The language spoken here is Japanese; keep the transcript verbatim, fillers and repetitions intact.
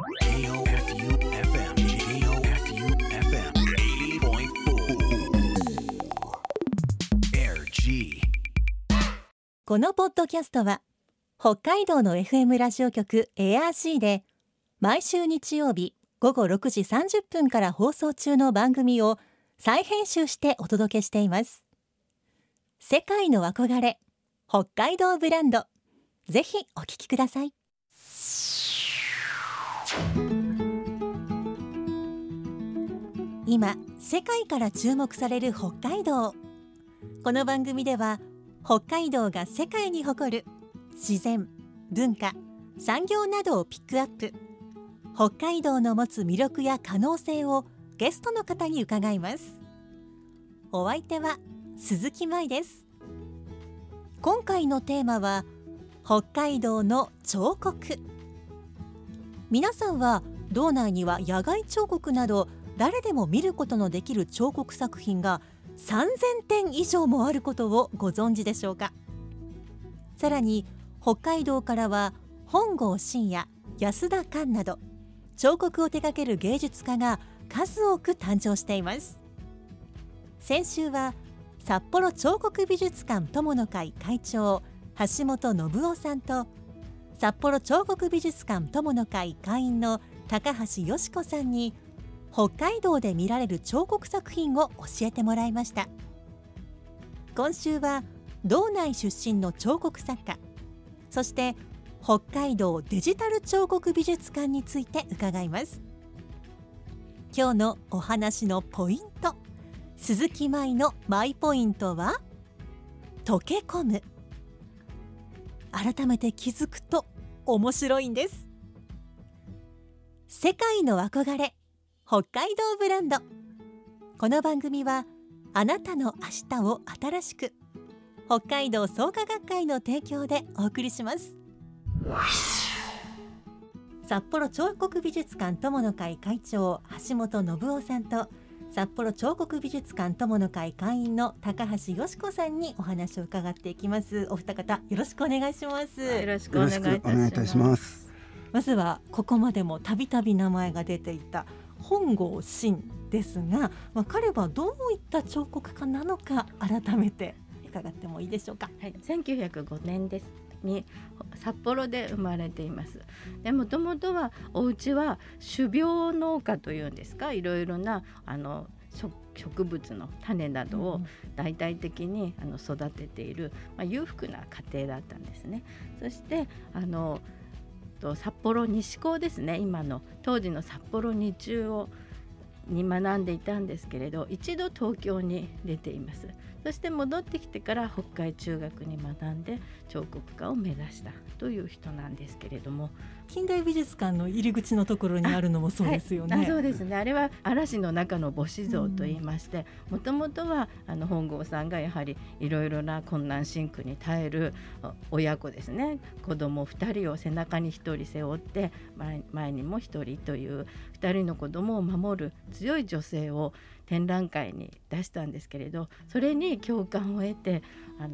ジェイオーエフユーエフエム ジェイオーエフユーエフエム はちじゅうてんよん エーアールジー。 このポッドキャストは北海道の エフエム ラジオ局 エーアールジー で毎週日曜日ごごろくじさんじゅっぷんから放送中の番組を再編集してお届けしています。世界の憧れ北海道ブランド、ぜひお聞きください。今世界から注目される北海道。この番組では北海道が世界に誇る自然、文化、産業などをピックアップ。北海道の持つ魅力や可能性をゲストの方に伺います。お相手は鈴木舞です。今回のテーマは北海道の彫刻。皆さんは道内には野外彫刻など誰でも見ることのできる彫刻作品がさんぜんてん以上もあることをご存知でしょうか。さらに北海道からは本郷真也、安田寛など彫刻を手掛ける芸術家が数多く誕生しています。先週は札幌彫刻美術館友の会会長橋本信夫さんと札幌彫刻美術館友の会会員の高橋よし子さんに北海道で見られる彫刻作品を教えてもらいました。今週は道内出身の彫刻作家、そして北海道デジタル彫刻美術館について伺います。今日のお話のポイント、鈴木舞のマイポイントは溶け込む。改めて気づくと面白いんです。世界の憧れ北海道ブランド。この番組はあなたの明日を新しく、北海道創価学会の提供でお送りします。札幌彫刻美術館友の会会長橋本信夫さんと札幌彫刻美術館友の会会員の高橋よし子さんにお話を伺っていきます。お二方よろしくお願いします。 よろしくお願いいたします。 まずはここまでもたびたび名前が出ていた本郷真ですが、まあ、彼はどういった彫刻家なのか改めて伺ってもいいでしょうか。 はい、せんきゅうひゃくごねんですに札幌で生まれています。でもともとはお家は種苗農家というんですか、いろいろなあの植物の種などを大々的にあの育てている、まあ、裕福な家庭だったんですね。そしてあの札幌西高ですね、今の当時の札幌二中をに学んでいたんですけれど、一度東京に出ています。そして戻ってきてから北海中学に学んで彫刻家を目指したという人なんですけれども、 近代美術館の入り口のところにあるのもそうですよね。 はい、あそうですね。あれは嵐の中の母子像といいまして、もともとはあの本郷さんがやはりいろいろな困難辛苦に耐える親子ですね、子供ふたりを背中にひとり背負って前、前にもひとりというふたりの子供を守る強い女性を展覧会に出したんですけれど、それに共感を得てあの